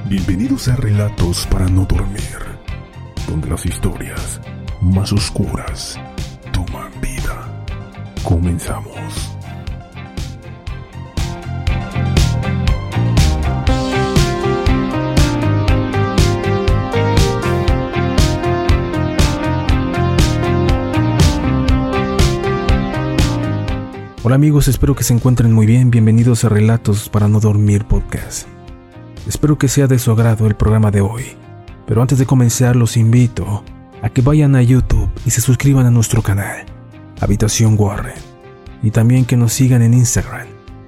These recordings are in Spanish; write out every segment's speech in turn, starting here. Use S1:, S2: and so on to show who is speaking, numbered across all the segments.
S1: Bienvenidos a Relatos para no dormir, donde las historias más oscuras toman vida. Comenzamos.
S2: Hola amigos, espero que se encuentren muy bien. Bienvenidos a Relatos para no dormir podcast. Espero que sea de su agrado el programa de hoy. Pero antes de comenzar los invito a que vayan a YouTube y se suscriban a nuestro canal, Habitación Warren. Y también que nos sigan en Instagram,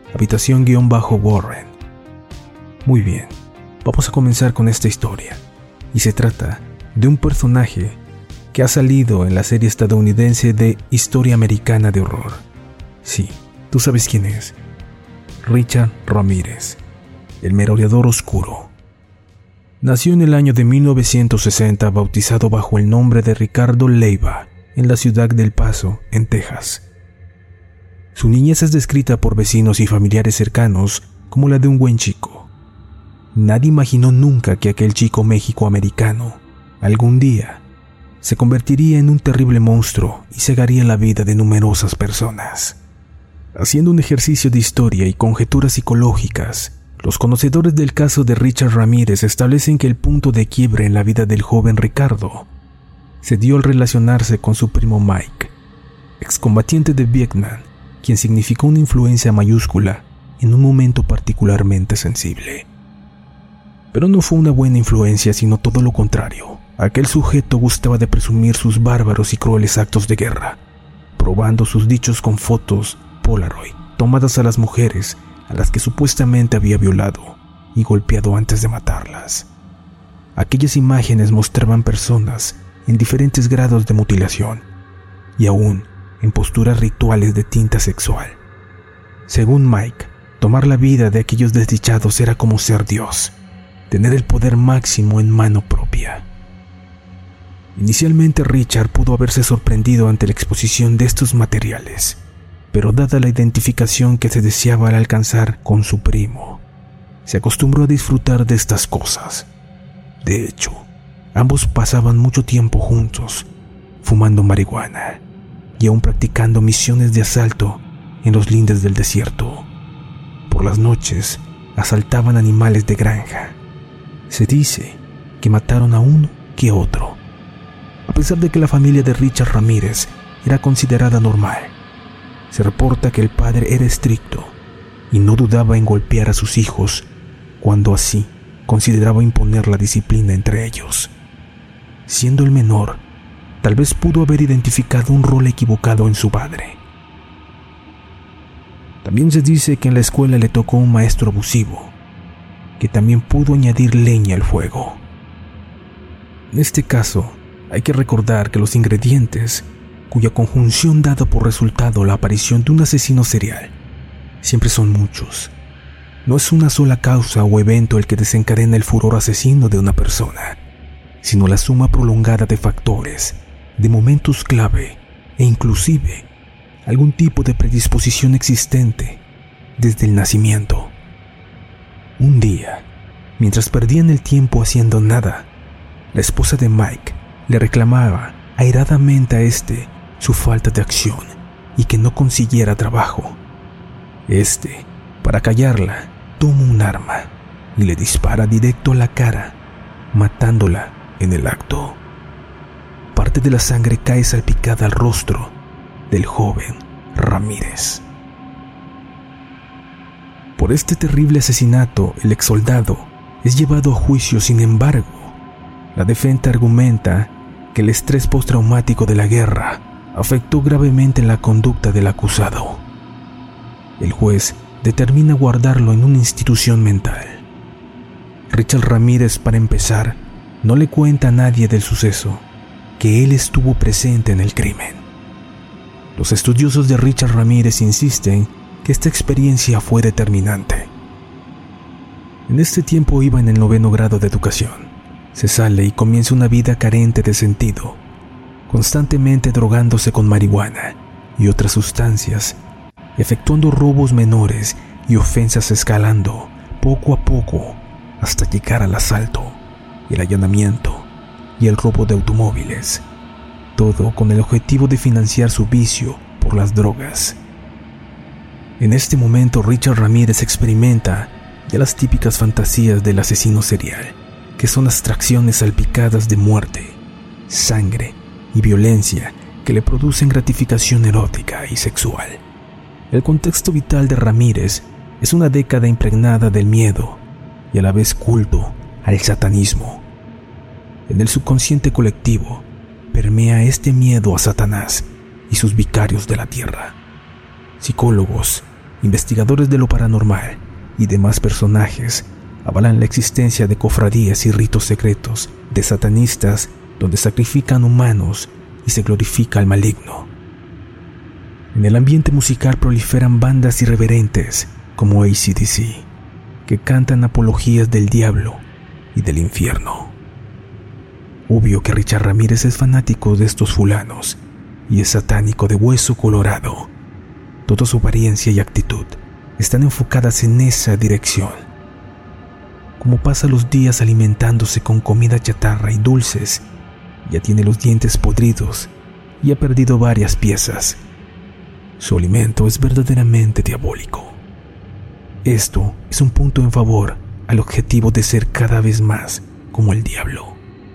S2: Habitación_Warren. Muy bien, vamos a comenzar con esta historia. Y se trata de un personaje que ha salido en la serie estadounidense de Historia Americana de Horror. Sí, tú sabes quién es. Richard Ramírez, el merodeador oscuro. Nació en el año de 1960, bautizado bajo el nombre de Ricardo Leiva, en la ciudad de El Paso, en Texas. Su niñez es descrita por vecinos y familiares cercanos como la de un buen chico. Nadie imaginó nunca que aquel chico méxico-americano, algún día, se convertiría en un terrible monstruo y cegaría la vida de numerosas personas. Haciendo un ejercicio de historia y conjeturas psicológicas, los conocedores del caso de Richard Ramírez establecen que el punto de quiebre en la vida del joven Ricardo se dio al relacionarse con su primo Mike, excombatiente de Vietnam, quien significó una influencia mayúscula en un momento particularmente sensible. Pero no fue una buena influencia, sino todo lo contrario. Aquel sujeto gustaba de presumir sus bárbaros y crueles actos de guerra, probando sus dichos con fotos Polaroid tomadas a las mujeres a las que supuestamente había violado y golpeado antes de matarlas. Aquellas imágenes mostraban personas en diferentes grados de mutilación y aún en posturas rituales de tinta sexual. Según Mike, tomar la vida de aquellos desdichados era como ser Dios, tener el poder máximo en mano propia. Inicialmente Richard pudo haberse sorprendido ante la exposición de estos materiales, pero dada la identificación que se deseaba al alcanzar con su primo, se acostumbró a disfrutar de estas cosas. De hecho, ambos pasaban mucho tiempo juntos, fumando marihuana y aún practicando misiones de asalto en los lindes del desierto. Por las noches, asaltaban animales de granja. Se dice que mataron a uno que otro. A pesar de que la familia de Richard Ramírez era considerada normal, se reporta que el padre era estricto y no dudaba en golpear a sus hijos cuando así consideraba imponer la disciplina entre ellos. Siendo el menor, tal vez pudo haber identificado un rol equivocado en su padre. También se dice que en la escuela le tocó un maestro abusivo, que también pudo añadir leña al fuego. En este caso, hay que recordar que los ingredientes, cuya conjunción da por resultado la aparición de un asesino serial, siempre son muchos. No es una sola causa o evento el que desencadena el furor asesino de una persona, sino la suma prolongada de factores, de momentos clave e inclusive algún tipo de predisposición existente desde el nacimiento. Un día, mientras perdían el tiempo haciendo nada, la esposa de Mike le reclamaba airadamente a su falta de acción y que no consiguiera trabajo. Para callarla, toma un arma y le dispara directo a la cara, matándola en el acto. Parte de la sangre cae salpicada al rostro del joven Ramírez. Por este terrible asesinato, el exsoldado es llevado a juicio. Sin embargo, la defensa argumenta que el estrés postraumático de la guerra afectó gravemente la conducta del acusado. El juez determina guardarlo en una institución mental. Richard Ramírez, para empezar, no le cuenta a nadie del suceso, que él estuvo presente en el crimen. Los estudiosos de Richard Ramírez insisten que esta experiencia fue determinante. En este tiempo iba en el 9º grado de educación. Se sale y comienza una vida carente de sentido, constantemente drogándose con marihuana y otras sustancias, efectuando robos menores y ofensas, escalando poco a poco hasta llegar al asalto, el allanamiento y el robo de automóviles, todo con el objetivo de financiar su vicio por las drogas. En este momento Richard Ramírez experimenta ya las típicas fantasías del asesino serial, que son abstracciones salpicadas de muerte, sangre y violencia que le producen gratificación erótica y sexual. El contexto vital de Ramírez es una década impregnada del miedo y a la vez culto al satanismo. En el subconsciente colectivo permea este miedo a Satanás y sus vicarios de la tierra. Psicólogos, investigadores de lo paranormal y demás personajes avalan la existencia de cofradías y ritos secretos de satanistas donde sacrifican humanos y se glorifica al maligno. En el ambiente musical proliferan bandas irreverentes como AC/DC, que cantan apologías del diablo y del infierno. Obvio que Richard Ramírez es fanático de estos fulanos y es satánico de hueso colorado. Toda su apariencia y actitud están enfocadas en esa dirección. Como pasa los días alimentándose con comida chatarra y dulces, ya tiene los dientes podridos y ha perdido varias piezas. Su alimento es verdaderamente diabólico. Esto es un punto en favor al objetivo de ser cada vez más como el diablo.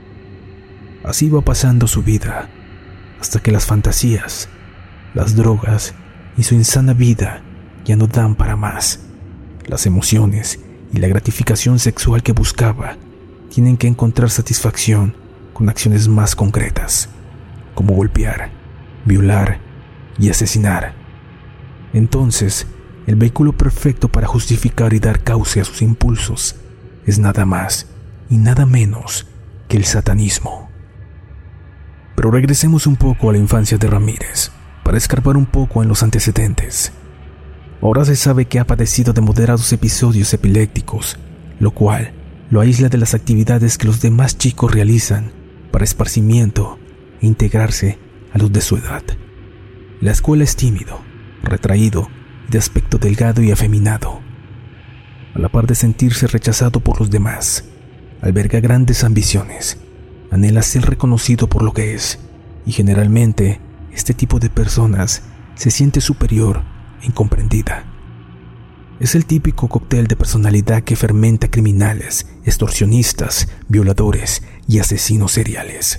S2: Así va pasando su vida, hasta que las fantasías, las drogas y su insana vida ya no dan para más. Las emociones y la gratificación sexual que buscaba tienen que encontrar satisfacción con acciones más concretas, como golpear, violar y asesinar. Entonces, el vehículo perfecto para justificar y dar cauce a sus impulsos es nada más y nada menos que el satanismo. Pero regresemos un poco a la infancia de Ramírez, para escarbar un poco en los antecedentes. Ahora se sabe que ha padecido de moderados episodios epilépticos, lo cual lo aísla de las actividades que los demás chicos realizan para esparcimiento e integrarse a los de su edad. La escuela es tímido, retraído, de aspecto delgado y afeminado. A la par de sentirse rechazado por los demás, alberga grandes ambiciones, anhela ser reconocido por lo que es, y generalmente este tipo de personas se siente superior e incomprendida. Es el típico cóctel de personalidad que fermenta criminales, extorsionistas, violadores y asesinos seriales.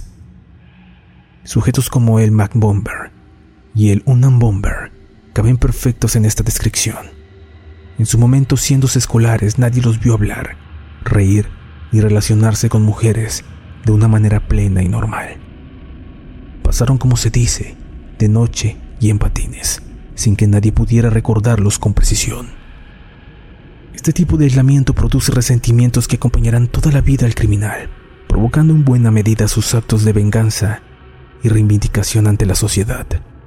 S2: Sujetos como el Mac Bomber y el Unam Bomber caben perfectos en esta descripción. En su momento, siendo escolares, nadie los vio hablar, reír y relacionarse con mujeres de una manera plena y normal. Pasaron, como se dice, de noche y en patines, sin que nadie pudiera recordarlos con precisión. Este tipo de aislamiento produce resentimientos que acompañarán toda la vida al criminal, provocando en buena medida sus actos de venganza y reivindicación ante la sociedad.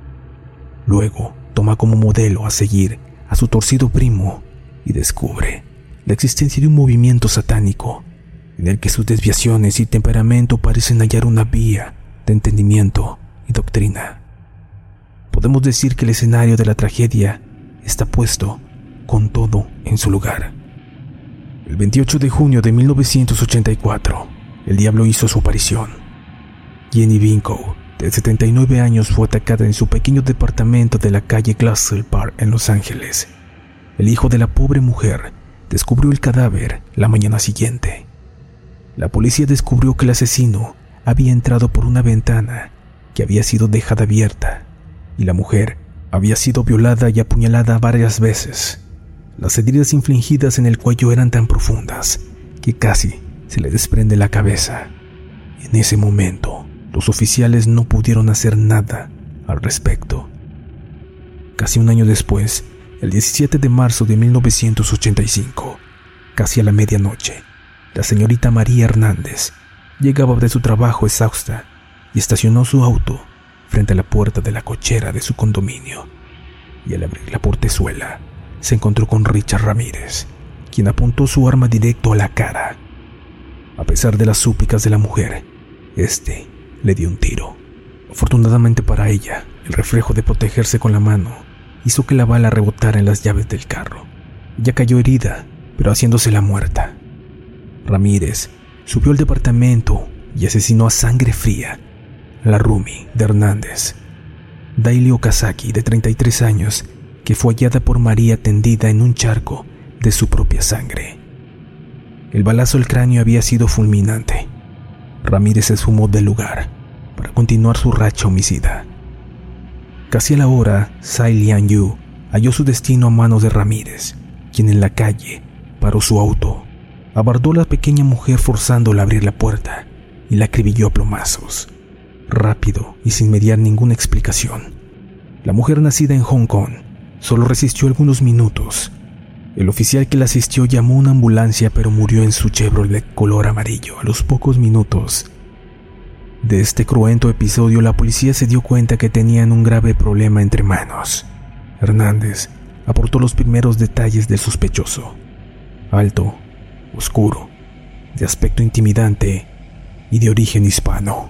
S2: Luego, toma como modelo a seguir a su torcido primo y descubre la existencia de un movimiento satánico en el que sus desviaciones y temperamento parecen hallar una vía de entendimiento y doctrina. Podemos decir que el escenario de la tragedia está puesto con todo en su lugar. El 28 de junio de 1984, el diablo hizo su aparición. Jenny Vinco, de 79 años, fue atacada en su pequeño departamento de la calle Glassell Park en Los Ángeles. El hijo de la pobre mujer descubrió el cadáver la mañana siguiente. La policía descubrió que el asesino había entrado por una ventana que había sido dejada abierta y la mujer había sido violada y apuñalada varias veces. Las heridas infligidas en el cuello eran tan profundas que casi se le desprende la cabeza. En ese momento, los oficiales no pudieron hacer nada al respecto. Casi un año después, el 17 de marzo de 1985, casi a la medianoche, la señorita María Hernández llegaba de su trabajo exhausta y estacionó su auto frente a la puerta de la cochera de su condominio. Y al abrir la portezuela, se encontró con Richard Ramírez, quien apuntó su arma directo a la cara. A pesar de las súplicas de la mujer, este le dio un tiro. Afortunadamente para ella, el reflejo de protegerse con la mano hizo que la bala rebotara en las llaves del carro. Ella cayó herida, pero haciéndose la muerta. Ramírez subió al departamento y asesinó a sangre fría a la roomie de Hernández, Daily Okazaki, de 33 años, que fue hallada por María tendida en un charco de su propia sangre. El balazo al cráneo había sido fulminante. Ramírez se esfumó del lugar para continuar su racha homicida. Casi a la hora, Tsai Lian-yu halló su destino a manos de Ramírez, quien en la calle paró su auto, abordó a la pequeña mujer forzándola a abrir la puerta y la acribilló a plomazos, rápido y sin mediar ninguna explicación. La mujer, nacida en Hong Kong, solo resistió algunos minutos. El oficial que la asistió llamó a una ambulancia, pero murió en su Chevrolet color amarillo a los pocos minutos. De este cruento episodio, la policía se dio cuenta que tenían un grave problema entre manos. Hernández aportó los primeros detalles del sospechoso: alto, oscuro, de aspecto intimidante y de origen hispano.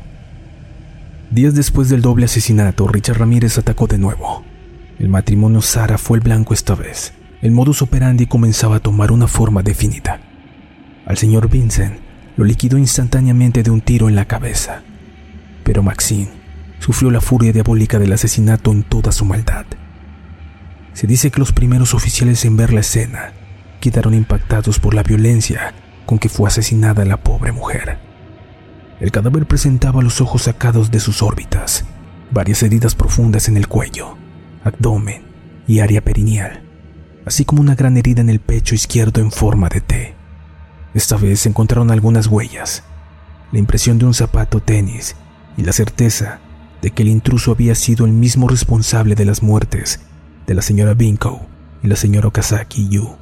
S2: Días después del doble asesinato, Richard Ramírez atacó de nuevo. El matrimonio Sara fue el blanco esta vez. El modus operandi comenzaba a tomar una forma definida. Al señor Vincent lo liquidó instantáneamente de un tiro en la cabeza, pero Maxine sufrió la furia diabólica del asesinato en toda su maldad. Se dice que los primeros oficiales en ver la escena quedaron impactados por la violencia con que fue asesinada la pobre mujer. El cadáver presentaba los ojos sacados de sus órbitas, varias heridas profundas en el cuello, abdomen y área perineal, así como una gran herida en el pecho izquierdo en forma de T. Esta vez se encontraron algunas huellas, la impresión de un zapato tenis y la certeza de que el intruso había sido el mismo responsable de las muertes de la señora Binko y la señora Okazaki-yu.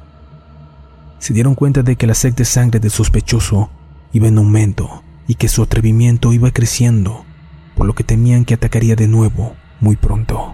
S2: Se dieron cuenta de que la sed de sangre del sospechoso iba en aumento y que su atrevimiento iba creciendo, por lo que temían que atacaría de nuevo muy pronto.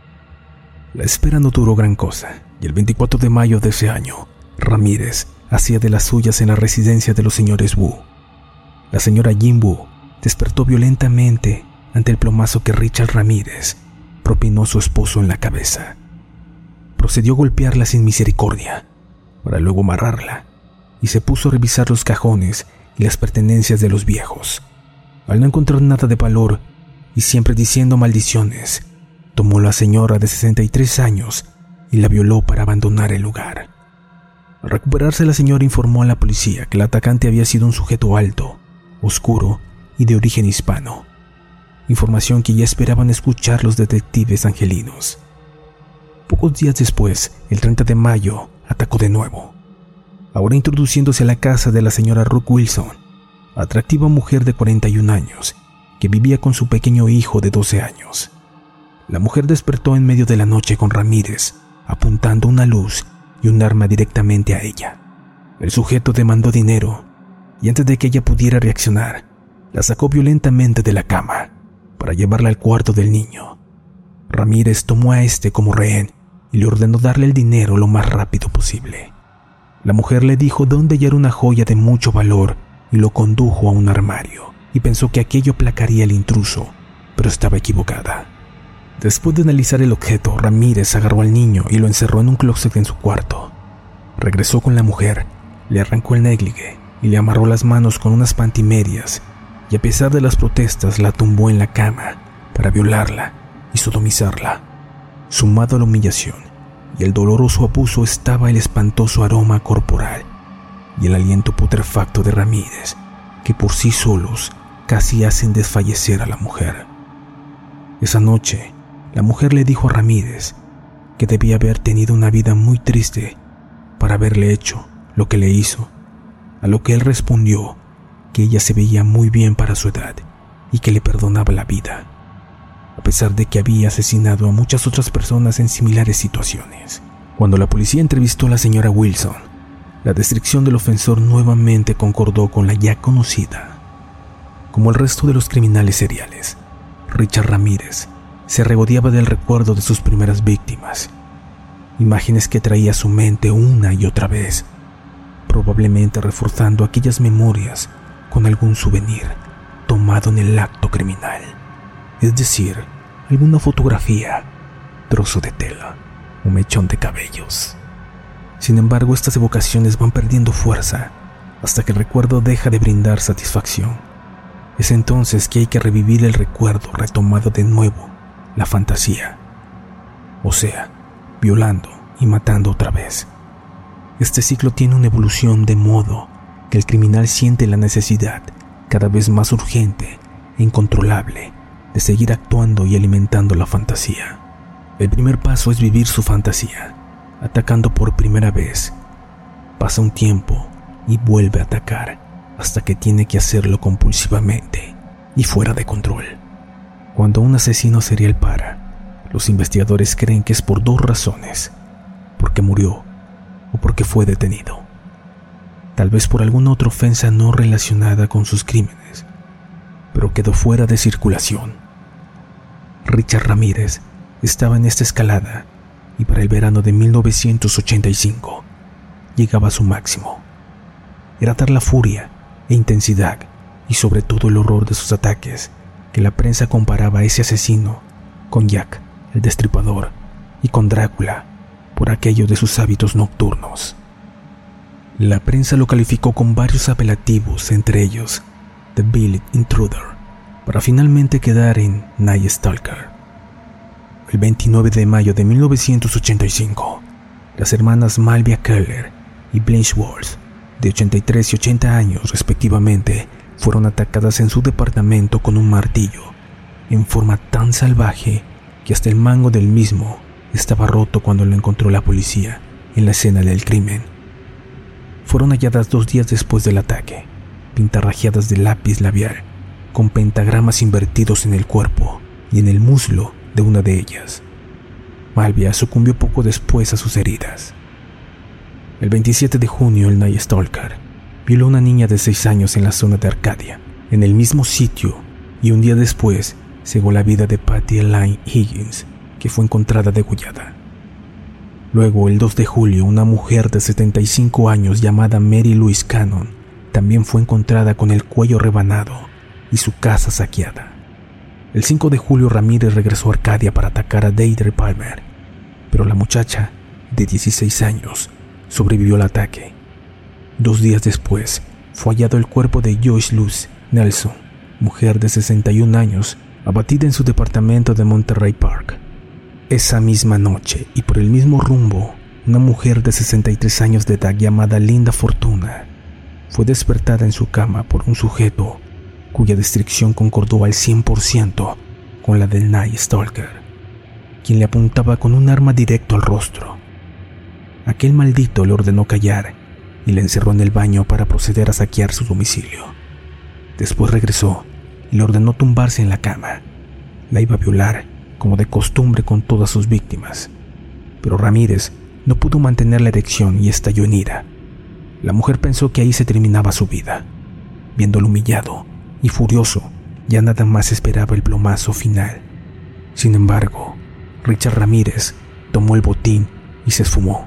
S2: La espera no duró gran cosa, y el 24 de mayo de ese año, Ramírez hacía de las suyas en la residencia de los señores Wu. La señora Jin Wu despertó violentamente ante el plomazo que Richard Ramírez propinó a su esposo en la cabeza. Procedió a golpearla sin misericordia, para luego amarrarla, y se puso a revisar los cajones y las pertenencias de los viejos. Al no encontrar nada de valor, y siempre diciendo maldiciones, tomó a la señora de 63 años y la violó para abandonar el lugar. Al recuperarse, la señora informó a la policía que el atacante había sido un sujeto alto, oscuro y de origen hispano, información que ya esperaban escuchar los detectives angelinos. Pocos días después, el 30 de mayo, atacó de nuevo, ahora introduciéndose a la casa de la señora Ruth Wilson, atractiva mujer de 41 años, que vivía con su pequeño hijo de 12 años. La mujer despertó en medio de la noche con Ramírez, apuntando una luz y un arma directamente a ella. El sujeto demandó dinero, y antes de que ella pudiera reaccionar, la sacó violentamente de la cama para llevarla al cuarto del niño. Ramírez tomó a este como rehén y le ordenó darle el dinero lo más rápido posible. La mujer le dijo dónde hallar una joya de mucho valor y lo condujo a un armario, y pensó que aquello aplacaría al intruso, pero estaba equivocada. Después de analizar el objeto, Ramírez agarró al niño y lo encerró en un closet en su cuarto. Regresó con la mujer, le arrancó el négligue y le amarró las manos con unas pantimedias, y a pesar de las protestas la tumbó en la cama para violarla y sodomizarla. Sumado a la humillación y el doloroso abuso estaba el espantoso aroma corporal y el aliento putrefacto de Ramírez, que por sí solos casi hacen desfallecer a la mujer. Esa noche, la mujer le dijo a Ramírez que debía haber tenido una vida muy triste para haberle hecho lo que le hizo, a lo que él respondió que ella se veía muy bien para su edad y que le perdonaba la vida, a pesar de que había asesinado a muchas otras personas en similares situaciones. Cuando la policía entrevistó a la señora Wilson, la descripción del ofensor nuevamente concordó con la ya conocida. Como el resto de los criminales seriales, Richard Ramírez se regodeaba del recuerdo de sus primeras víctimas, imágenes que traía a su mente una y otra vez, probablemente reforzando aquellas memorias con algún souvenir tomado en el acto criminal, es decir, alguna fotografía, trozo de tela o mechón de cabellos. Sin embargo, estas evocaciones van perdiendo fuerza hasta que el recuerdo deja de brindar satisfacción. Es entonces que hay que revivir el recuerdo retomado de nuevo, la fantasía. O sea, violando y matando otra vez. Este ciclo tiene una evolución de modo que el criminal siente la necesidad, cada vez más urgente e incontrolable, de seguir actuando y alimentando la fantasía. El primer paso es vivir su fantasía, atacando por primera vez. Pasa un tiempo y vuelve a atacar hasta que tiene que hacerlo compulsivamente y fuera de control. Cuando un asesino serial para, los investigadores creen que es por dos razones: porque murió o porque fue detenido. Tal vez por alguna otra ofensa no relacionada con sus crímenes, pero quedó fuera de circulación. Richard Ramírez estaba en esta escalada y para el verano de 1985 llegaba a su máximo. Era tal la furia e intensidad y sobre todo el horror de sus ataques que la prensa comparaba a ese asesino con Jack el Destripador y con Drácula por aquello de sus hábitos nocturnos. La prensa lo calificó con varios apelativos, entre ellos The Village Intruder, para finalmente quedar en Night Stalker. El 29 de mayo de 1985, las hermanas Malvia Keller y Blanche Walsh, de 83 y 80 años respectivamente, fueron atacadas en su departamento con un martillo, en forma tan salvaje que hasta el mango del mismo estaba roto cuando lo encontró la policía en la escena del crimen. Fueron halladas 2 días después del ataque, pintarrajeadas de lápiz labial, con pentagramas invertidos en el cuerpo y en el muslo de una de ellas. Malvia sucumbió poco después a sus heridas. El 27 de junio, el Night Stalker violó a una niña de 6 años en la zona de Arcadia, en el mismo sitio, y un día después cegó la vida de Patty Elaine Higgins, que fue encontrada degollada. Luego, el 2 de julio, una mujer de 75 años llamada Mary Louise Cannon también fue encontrada con el cuello rebanado y su casa saqueada. El 5 de julio, Ramírez regresó a Arcadia para atacar a Deidre Palmer, pero la muchacha, de 16 años, sobrevivió al ataque. 2 días después, fue hallado el cuerpo de Joyce Luz Nelson, mujer de 61 años, abatida en su departamento de Monterey Park. Esa misma noche, y por el mismo rumbo, una mujer de 63 años de edad llamada Linda Fortuna fue despertada en su cama por un sujeto cuya descripción concordó al 100% con la del Night Stalker, quien le apuntaba con un arma directo al rostro. Aquel maldito le ordenó callar y la encerró en el baño para proceder a saquear su domicilio. Después regresó y le ordenó tumbarse en la cama. La iba a violar, como de costumbre con todas sus víctimas. Pero Ramírez no pudo mantener la erección y estalló en ira. La mujer pensó que ahí se terminaba su vida. Viéndolo humillado y furioso, ya nada más esperaba el plomazo final. Sin embargo, Richard Ramírez tomó el botín y se esfumó.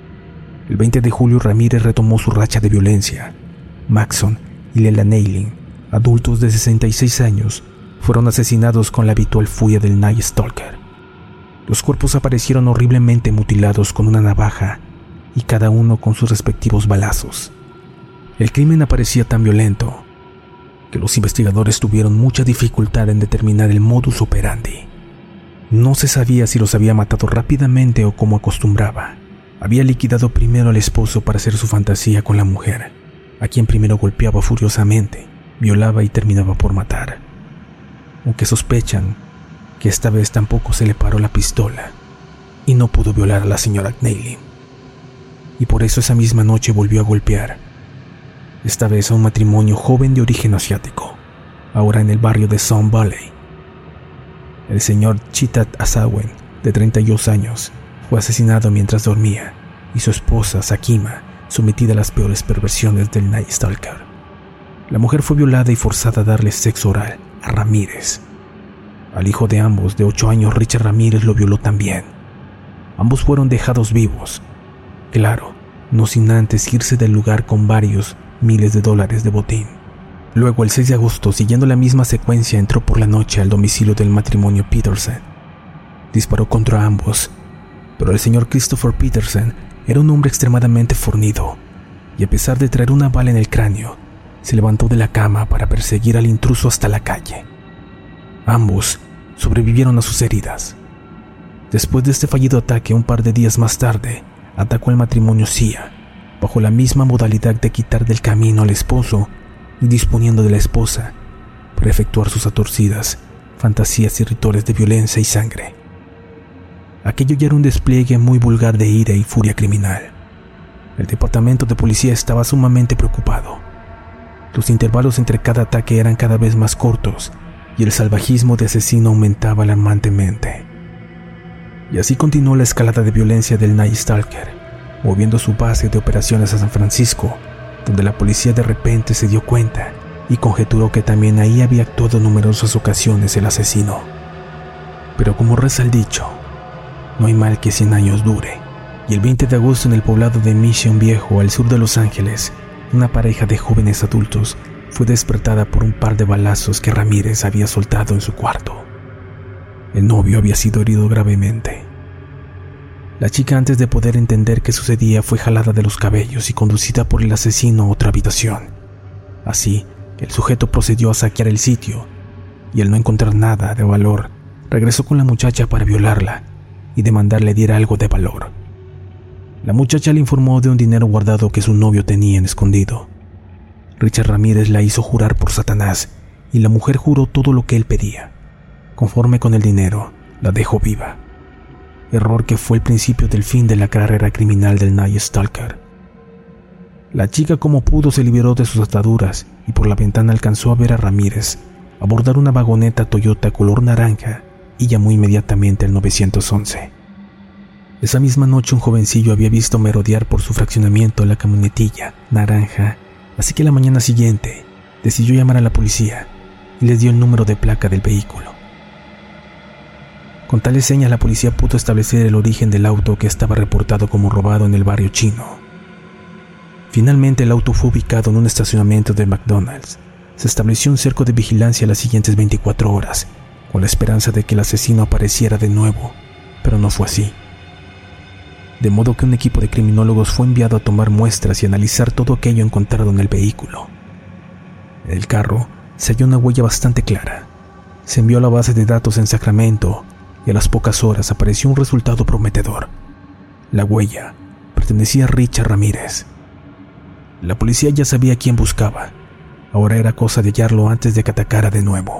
S2: El 20 de julio, Ramírez retomó su racha de violencia. Maxon y Lela Neiling, adultos de 66 años, fueron asesinados con la habitual furia del Night Stalker. Los cuerpos aparecieron horriblemente mutilados con una navaja y cada uno con sus respectivos balazos. El crimen aparecía tan violento que los investigadores tuvieron mucha dificultad en determinar el modus operandi. No se sabía si los había matado rápidamente o como acostumbraba. Había liquidado primero al esposo para hacer su fantasía con la mujer, a quien primero golpeaba furiosamente, violaba y terminaba por matar. Aunque sospechan que esta vez tampoco se le paró la pistola y no pudo violar a la señora Neiling. Y por eso esa misma noche volvió a golpear, esta vez a un matrimonio joven de origen asiático, ahora en el barrio de Sun Valley. El señor Chitat Asawen, de 32 años, fue asesinado mientras dormía, y su esposa, Sakima, sometida a las peores perversiones del Night Stalker. La mujer fue violada y forzada a darle sexo oral a Ramírez. Al hijo de ambos, de 8 años, Richard Ramírez, lo violó también. Ambos fueron dejados vivos. Claro, no sin antes irse del lugar con varios miles de dólares de botín. Luego, el 6 de agosto, siguiendo la misma secuencia, entró por la noche al domicilio del matrimonio Peterson. Disparó contra ambos, pero el señor Christopher Peterson era un hombre extremadamente fornido. y a pesar de traer una bala en el cráneo, se levantó de la cama para perseguir al intruso hasta la calle. Ambos sobrevivieron a sus heridas. Después de este fallido ataque, un par de días más tarde, atacó al matrimonio Sia, bajo la misma modalidad de quitar del camino al esposo y disponiendo de la esposa para efectuar sus atorcidas fantasías y rituales de violencia y sangre. Aquello ya era un despliegue muy vulgar de ira y furia criminal. El departamento de policía estaba sumamente preocupado. Los intervalos entre cada ataque eran cada vez más cortos y el salvajismo de asesino aumentaba alarmantemente. Y así continuó la escalada de violencia del Night Stalker, moviendo su base de operaciones a San Francisco, donde la policía de repente se dio cuenta y conjeturó que también ahí había actuado en numerosas ocasiones el asesino. Pero como reza el dicho, no hay mal que 100 años dure, y el 20 de agosto en el poblado de Mission Viejo, al sur de Los Ángeles, una pareja de jóvenes adultos fue despertada por un par de balazos que Ramírez había soltado en su cuarto. El novio había sido herido gravemente. La chica, antes de poder entender qué sucedía, fue jalada de los cabellos y conducida por el asesino a otra habitación. Así, el sujeto procedió a saquear el sitio y, al no encontrar nada de valor, regresó con la muchacha para violarla y demandarle diera algo de valor. La muchacha le informó de un dinero guardado que su novio tenía en escondido. Richard Ramírez la hizo jurar por Satanás y la mujer juró todo lo que él pedía. Conforme con el dinero, la dejó viva. Error que fue el principio del fin de la carrera criminal del Night Stalker. La chica, como pudo, se liberó de sus ataduras y por la ventana alcanzó a ver a Ramírez abordar una vagoneta Toyota color naranja y llamó inmediatamente al 911. Esa misma noche un jovencillo había visto merodear por su fraccionamiento la camionetilla naranja, así que la mañana siguiente decidió llamar a la policía y les dio el número de placa del vehículo. Con tales señas la policía pudo establecer el origen del auto que estaba reportado como robado en el barrio chino. Finalmente el auto fue ubicado en un estacionamiento de McDonald's. Se estableció un cerco de vigilancia las siguientes 24 horas, con la esperanza de que el asesino apareciera de nuevo, pero no fue así. De modo que un equipo de criminólogos fue enviado a tomar muestras y analizar todo aquello encontrado en el vehículo. En el carro se halló una huella bastante clara. Se envió a la base de datos en Sacramento y a las pocas horas apareció un resultado prometedor. La huella pertenecía a Richard Ramírez. La policía ya sabía quién buscaba. Ahora era cosa de hallarlo antes de que atacara de nuevo.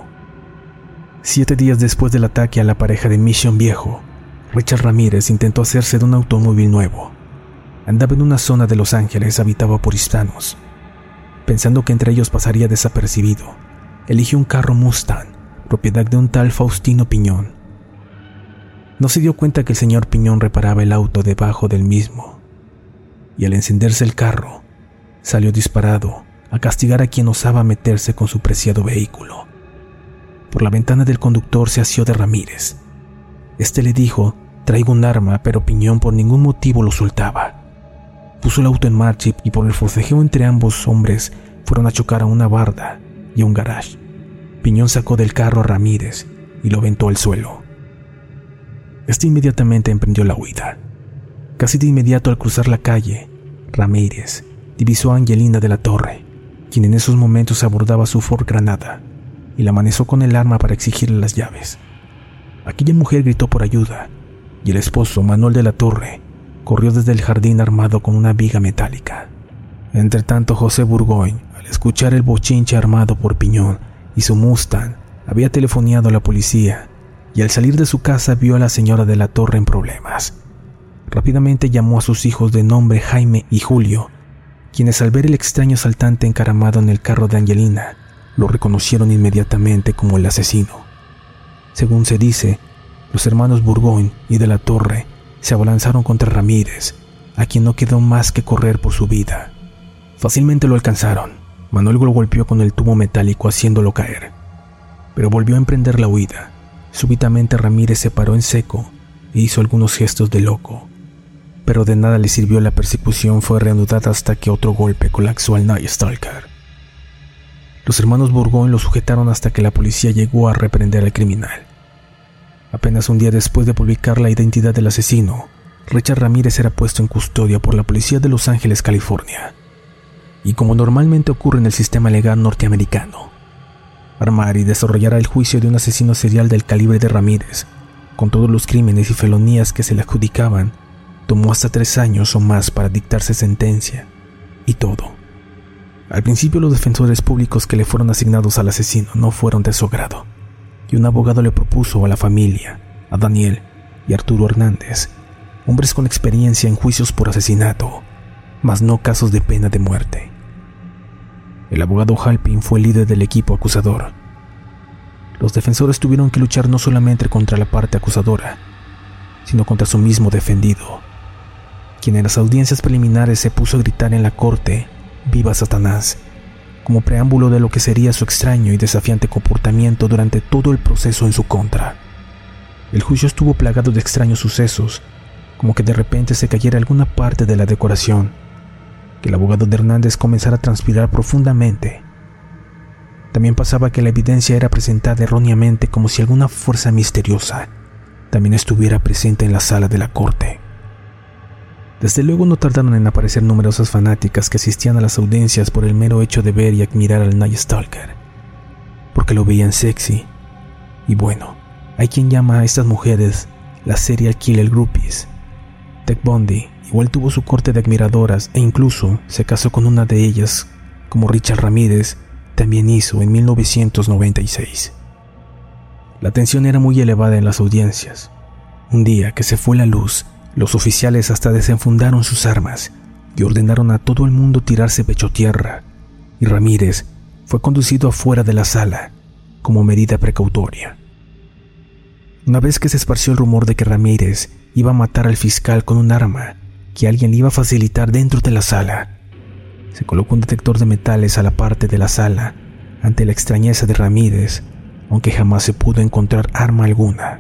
S2: 7 días después del ataque a la pareja de Mission Viejo, Richard Ramírez intentó hacerse de un automóvil nuevo. Andaba en una zona de Los Ángeles habitada por hispanos. Pensando que entre ellos pasaría desapercibido, eligió un carro Mustang, propiedad de un tal Faustino Piñón. No se dio cuenta que el señor Piñón reparaba el auto debajo del mismo, y al encenderse el carro, salió disparado a castigar a quien osaba meterse con su preciado vehículo. Por la ventana del conductor se asió de Ramírez. Este le dijo: «Traigo un arma», pero Piñón por ningún motivo lo soltaba. Puso el auto en marcha y por el forcejeo entre ambos hombres fueron a chocar a una barda y a un garage. Piñón sacó del carro a Ramírez y lo aventó al suelo. Este inmediatamente emprendió la huida. Casi de inmediato, al cruzar la calle, Ramírez divisó a Angelina de la Torre, quien en esos momentos abordaba su Ford Granada, y la amenazó con el arma para exigirle las llaves. Aquella mujer gritó por ayuda, y el esposo, Manuel de la Torre, corrió desde el jardín armado con una viga metálica. Entretanto, José Burgoyne, al escuchar el bochinche armado por Piñón y su Mustang, había telefoneado a la policía, y al salir de su casa vio a la señora de la Torre en problemas. Rápidamente llamó a sus hijos de nombre Jaime y Julio, quienes al ver el extraño asaltante encaramado en el carro de Angelina, lo reconocieron inmediatamente como el asesino. Según se dice, los hermanos Burgoyne y de la Torre se abalanzaron contra Ramírez, a quien no quedó más que correr por su vida. Fácilmente lo alcanzaron. Manuel lo golpeó con el tubo metálico haciéndolo caer, pero volvió a emprender la huida. Súbitamente Ramírez se paró en seco e hizo algunos gestos de loco, pero de nada le sirvió. La persecución fue reanudada hasta que otro golpe colapsó al Night Stalker. Los hermanos Burgoyne lo sujetaron hasta que la policía llegó a reprender al criminal. Apenas un día después de publicar la identidad del asesino, Richard Ramírez era puesto en custodia por la policía de Los Ángeles, California. y como normalmente ocurre en el sistema legal norteamericano, armar y desarrollar el juicio de un asesino serial del calibre de Ramírez, con todos los crímenes y felonías que se le adjudicaban, tomó hasta 3 años o más para dictarse sentencia, y todo. Al principio los defensores públicos que le fueron asignados al asesino no fueron de su agrado, y un abogado le propuso a la familia, a Daniel y Arturo Hernández, hombres con experiencia en juicios por asesinato, mas no casos de pena de muerte. El abogado Halpin fue el líder del equipo acusador. Los defensores tuvieron que luchar no solamente contra la parte acusadora, sino contra su mismo defendido, quien en las audiencias preliminares se puso a gritar en la corte «Viva Satanás», como preámbulo de lo que sería su extraño y desafiante comportamiento durante todo el proceso en su contra. El juicio estuvo plagado de extraños sucesos, como que de repente se cayera alguna parte de la decoración, que el abogado de Hernández comenzara a transpirar profundamente. También pasaba que la evidencia era presentada erróneamente, como si alguna fuerza misteriosa también estuviera presente en la sala de la corte. Desde luego no tardaron en aparecer numerosas fanáticas que asistían a las audiencias por el mero hecho de ver y admirar al Night Stalker, porque lo veían sexy. Y bueno, hay quien llama a estas mujeres las serial killer groupies. Ted Bundy igual tuvo su corte de admiradoras e incluso se casó con una de ellas, como Richard Ramírez también hizo en 1996. La tensión era muy elevada en las audiencias. Un día que se fue la luz, los oficiales hasta desenfundaron sus armas y ordenaron a todo el mundo tirarse pecho tierra, y Ramírez fue conducido afuera de la sala como medida precautoria. Una vez que se esparció el rumor de que Ramírez iba a matar al fiscal con un arma que alguien le iba a facilitar dentro de la sala, se colocó un detector de metales a la parte de la sala ante la extrañeza de Ramírez, aunque jamás se pudo encontrar arma alguna.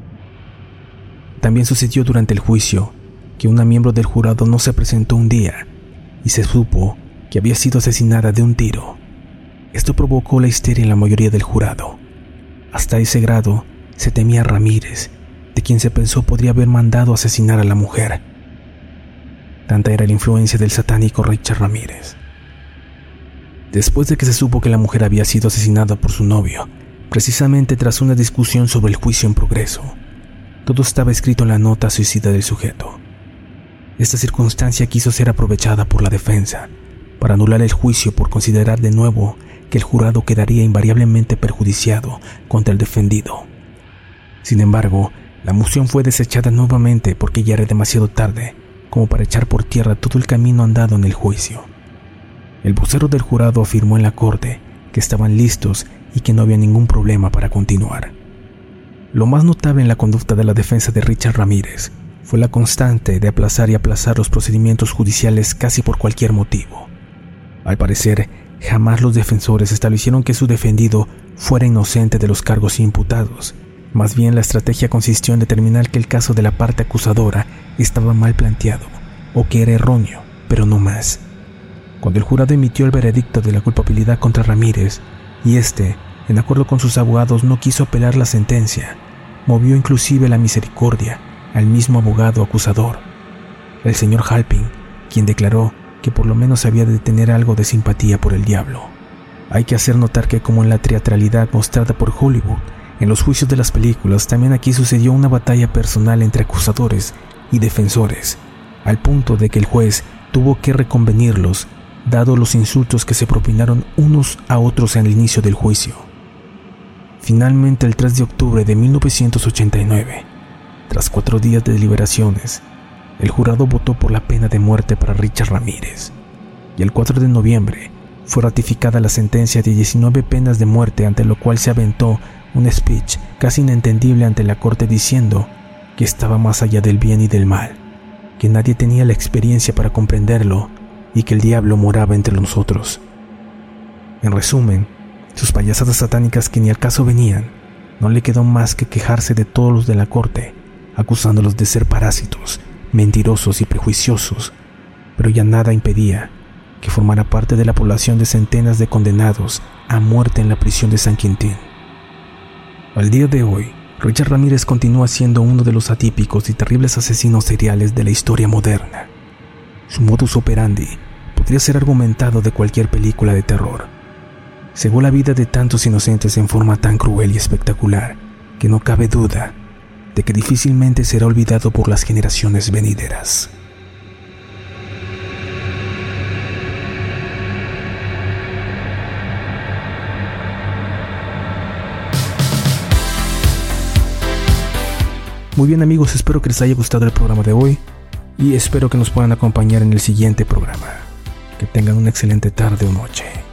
S2: También sucedió durante el juicio que una miembro del jurado no se presentó un día y se supo que había sido asesinada de un tiro. Esto provocó la histeria en la mayoría del jurado. Hasta ese grado se temía a Ramírez, de quien se pensó podría haber mandado asesinar a la mujer. Tanta era la influencia del satánico Richard Ramírez. Después de que se supo que la mujer había sido asesinada por su novio, precisamente tras una discusión sobre el juicio en progreso, todo estaba escrito en la nota suicida del sujeto. Esta circunstancia quiso ser aprovechada por la defensa para anular el juicio por considerar de nuevo que el jurado quedaría invariablemente perjudiciado contra el defendido. Sin embargo, la moción fue desechada nuevamente porque ya era demasiado tarde como para echar por tierra todo el camino andado en el juicio. El vocero del jurado afirmó en la corte que estaban listos y que no había ningún problema para continuar. Lo más notable en la conducta de la defensa de Richard Ramírez fue la constante de aplazar y aplazar los procedimientos judiciales casi por cualquier motivo. Al parecer, jamás los defensores establecieron que su defendido fuera inocente de los cargos imputados. Más bien, la estrategia consistió en determinar que el caso de la parte acusadora estaba mal planteado o que era erróneo, pero no más. Cuando el jurado emitió el veredicto de la culpabilidad contra Ramírez y este, en acuerdo con sus abogados, no quiso apelar la sentencia, movió inclusive la misericordia al mismo abogado acusador, el señor Halpin, quien declaró que por lo menos había de tener algo de simpatía por el diablo. Hay que hacer notar que, como en la teatralidad mostrada por Hollywood, en los juicios de las películas, también aquí sucedió una batalla personal entre acusadores y defensores, al punto de que el juez tuvo que reconvenirlos, dado los insultos que se propinaron unos a otros en el inicio del juicio. Finalmente, el 3 de octubre de 1989, tras 4 días de deliberaciones, el jurado votó por la pena de muerte para Richard Ramírez, y el 4 de noviembre fue ratificada la sentencia de 19 penas de muerte, ante lo cual se aventó un speech casi inentendible ante la corte diciendo que estaba más allá del bien y del mal, que nadie tenía la experiencia para comprenderlo y que el diablo moraba entre nosotros. En resumen, sus payasadas satánicas que ni al caso venían, no le quedó más que quejarse de todos los de la corte, acusándolos de ser parásitos, mentirosos y prejuiciosos, pero ya nada impedía que formara parte de la población de centenas de condenados a muerte en la prisión de San Quintín. Al día de hoy, Richard Ramírez continúa siendo uno de los atípicos y terribles asesinos seriales de la historia moderna. Su modus operandi podría ser argumentado de cualquier película de terror. Cegó la vida de tantos inocentes en forma tan cruel y espectacular que no cabe duda de que difícilmente será olvidado por las generaciones venideras. Muy bien amigos, espero que les haya gustado el programa de hoy y espero que nos puedan acompañar en el siguiente programa. Que tengan una excelente tarde o noche.